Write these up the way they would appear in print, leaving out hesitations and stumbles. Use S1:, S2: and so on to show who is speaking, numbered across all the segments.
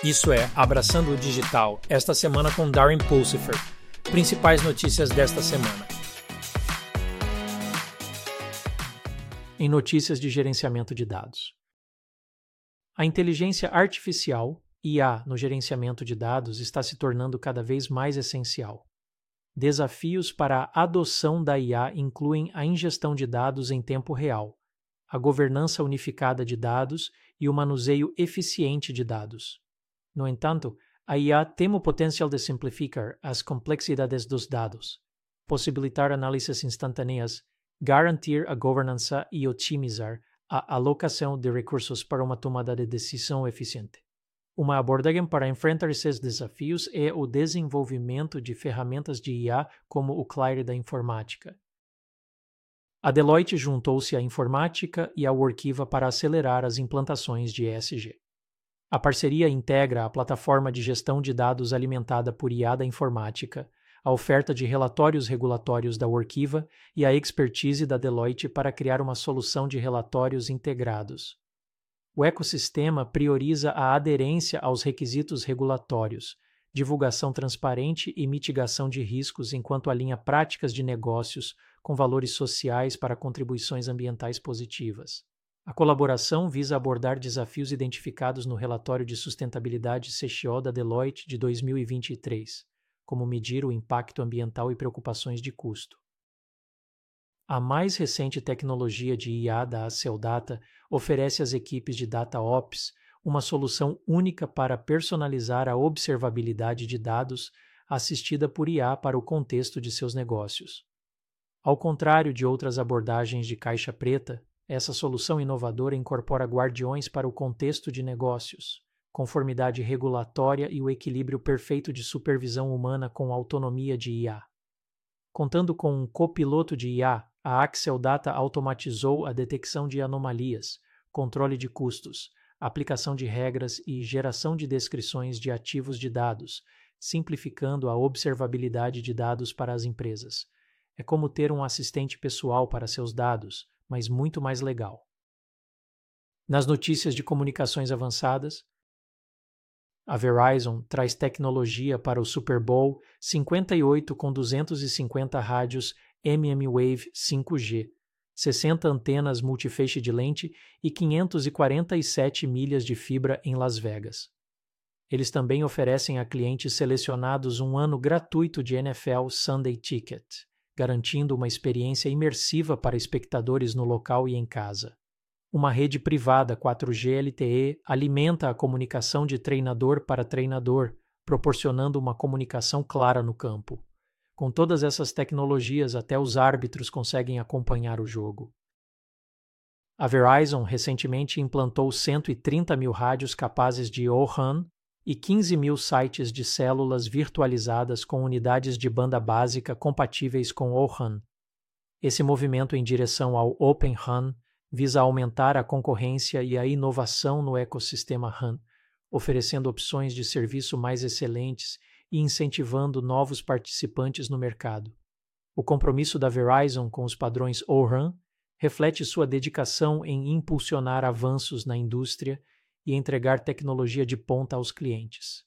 S1: Isso é Abraçando o Digital, esta semana com Darren Pulsifer. Principais notícias desta semana. Em notícias de gerenciamento de dados. A inteligência artificial, IA, no gerenciamento de dados está se tornando cada vez mais essencial. Desafios para a adoção da IA incluem a ingestão de dados em tempo real, a governança unificada de dados e o manuseio eficiente de dados. No entanto, a IA tem o potencial de simplificar as complexidades dos dados, possibilitar análises instantâneas, garantir a governança e otimizar a alocação de recursos para uma tomada de decisão eficiente. Uma abordagem para enfrentar esses desafios é o desenvolvimento de ferramentas de IA como o Claire da informática. A Deloitte juntou-se à informática e à Workiva para acelerar as implantações de ESG. A parceria integra a plataforma de gestão de dados alimentada por IA da informática, a oferta de relatórios regulatórios da Workiva e a expertise da Deloitte para criar uma solução de relatórios integrados. O ecossistema prioriza a aderência aos requisitos regulatórios, divulgação transparente e mitigação de riscos enquanto alinha práticas de negócios com valores sociais para contribuições ambientais positivas. A colaboração visa abordar desafios identificados no relatório de sustentabilidade CXO da Deloitte de 2023, como medir o impacto ambiental e preocupações de custo. A mais recente tecnologia de IA da Aceldata oferece às equipes de DataOps uma solução única para personalizar a observabilidade de dados assistida por IA para o contexto de seus negócios. Ao contrário de outras abordagens de caixa preta, essa solução inovadora incorpora guardiões para o contexto de negócios, conformidade regulatória e o equilíbrio perfeito de supervisão humana com autonomia de IA. Contando com um copiloto de IA, a Aceldata automatizou a detecção de anomalias, controle de custos, aplicação de regras e geração de descrições de ativos de dados, simplificando a observabilidade de dados para as empresas. É como ter um assistente pessoal para seus dados, mas muito mais legal. Nas notícias de comunicações avançadas, a Verizon traz tecnologia para o Super Bowl 58 com 250 rádios mmWave 5G, 60 antenas multifeixe de lente e 547 milhas de fibra em Las Vegas. Eles também oferecem a clientes selecionados um ano gratuito de NFL Sunday Ticket, garantindo uma experiência imersiva para espectadores no local e em casa. Uma rede privada 4G LTE alimenta a comunicação de treinador para treinador, proporcionando uma comunicação clara no campo. Com todas essas tecnologias, até os árbitros conseguem acompanhar o jogo. A Verizon recentemente implantou 130 mil rádios capazes de O-RAN e 15 mil sites de células virtualizadas com unidades de banda básica compatíveis com O-RAN. Esse movimento em direção ao Open RAN visa aumentar a concorrência e a inovação no ecossistema RAN, oferecendo opções de serviço mais excelentes e incentivando novos participantes no mercado. O compromisso da Verizon com os padrões O-RAN reflete sua dedicação em impulsionar avanços na indústria e entregar tecnologia de ponta aos clientes.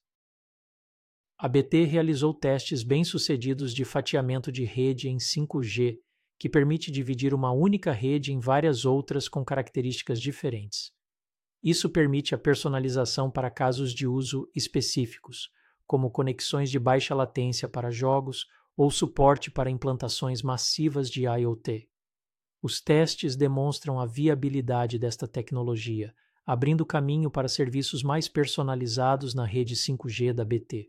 S1: A BT realizou testes bem-sucedidos de fatiamento de rede em 5G, que permite dividir uma única rede em várias outras com características diferentes. Isso permite a personalização para casos de uso específicos, como conexões de baixa latência para jogos ou suporte para implantações massivas de IoT. Os testes demonstram a viabilidade desta tecnologia, abrindo caminho para serviços mais personalizados na rede 5G da BT.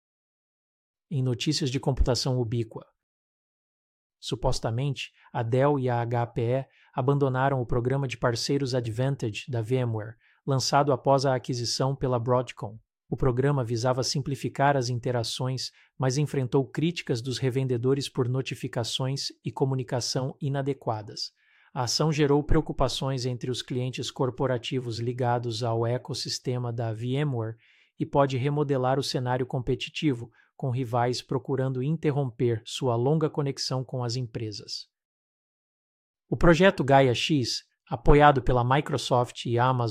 S1: Em notícias de computação ubíqua. Supostamente, a Dell e a HPE abandonaram o programa de parceiros Advantage da VMware, lançado após a aquisição pela Broadcom. O programa visava simplificar as interações, mas enfrentou críticas dos revendedores por notificações e comunicação inadequadas. A ação gerou preocupações entre os clientes corporativos ligados ao ecossistema da VMware e pode remodelar o cenário competitivo, com rivais procurando interromper sua longa conexão com as empresas. O projeto Gaia X, apoiado pela Microsoft e Amazon,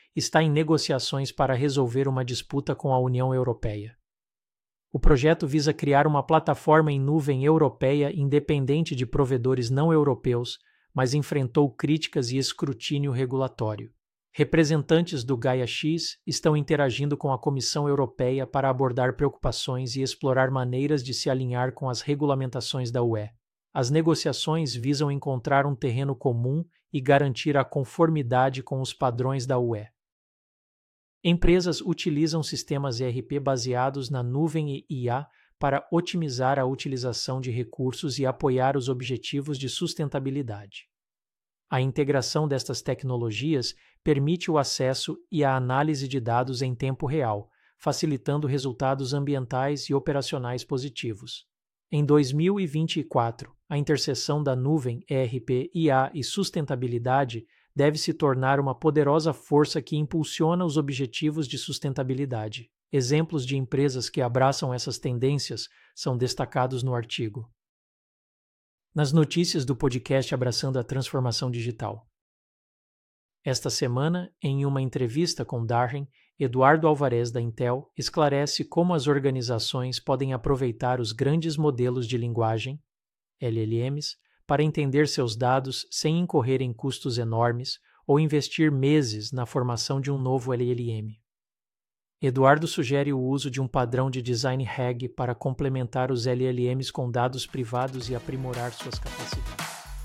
S1: está em negociações para resolver uma disputa com a União Europeia. O projeto visa criar uma plataforma em nuvem europeia independente de provedores não europeus, mas enfrentou críticas e escrutínio regulatório. Representantes do Gaia-X estão interagindo com a Comissão Europeia para abordar preocupações e explorar maneiras de se alinhar com as regulamentações da UE. As negociações visam encontrar um terreno comum e garantir a conformidade com os padrões da UE. Empresas utilizam sistemas ERP baseados na nuvem e IA para otimizar a utilização de recursos e apoiar os objetivos de sustentabilidade. A integração destas tecnologias permite o acesso e a análise de dados em tempo real, facilitando resultados ambientais e operacionais positivos. Em 2024, a interseção da nuvem, ERP, IA e sustentabilidade deve se tornar uma poderosa força que impulsiona os objetivos de sustentabilidade. Exemplos de empresas que abraçam essas tendências são destacados no artigo. Nas notícias do podcast Abraçando a Transformação Digital. Esta semana, em uma entrevista com Darren, Eduardo Alvarez da Intel esclarece como as organizações podem aproveitar os grandes modelos de linguagem, LLMs, para entender seus dados sem incorrer em custos enormes ou investir meses na formação de um novo LLM. Eduardo sugere o uso de um padrão de design RAG para complementar os LLMs com dados privados e aprimorar suas capacidades.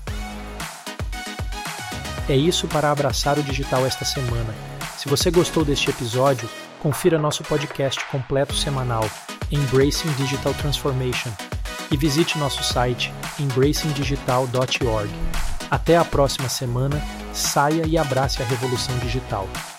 S1: É isso para abraçar o digital esta semana. Se você gostou deste episódio, confira nosso podcast completo semanal, Embracing Digital Transformation, e visite nosso site embracingdigital.org. Até a próxima semana, saia e abrace a revolução digital.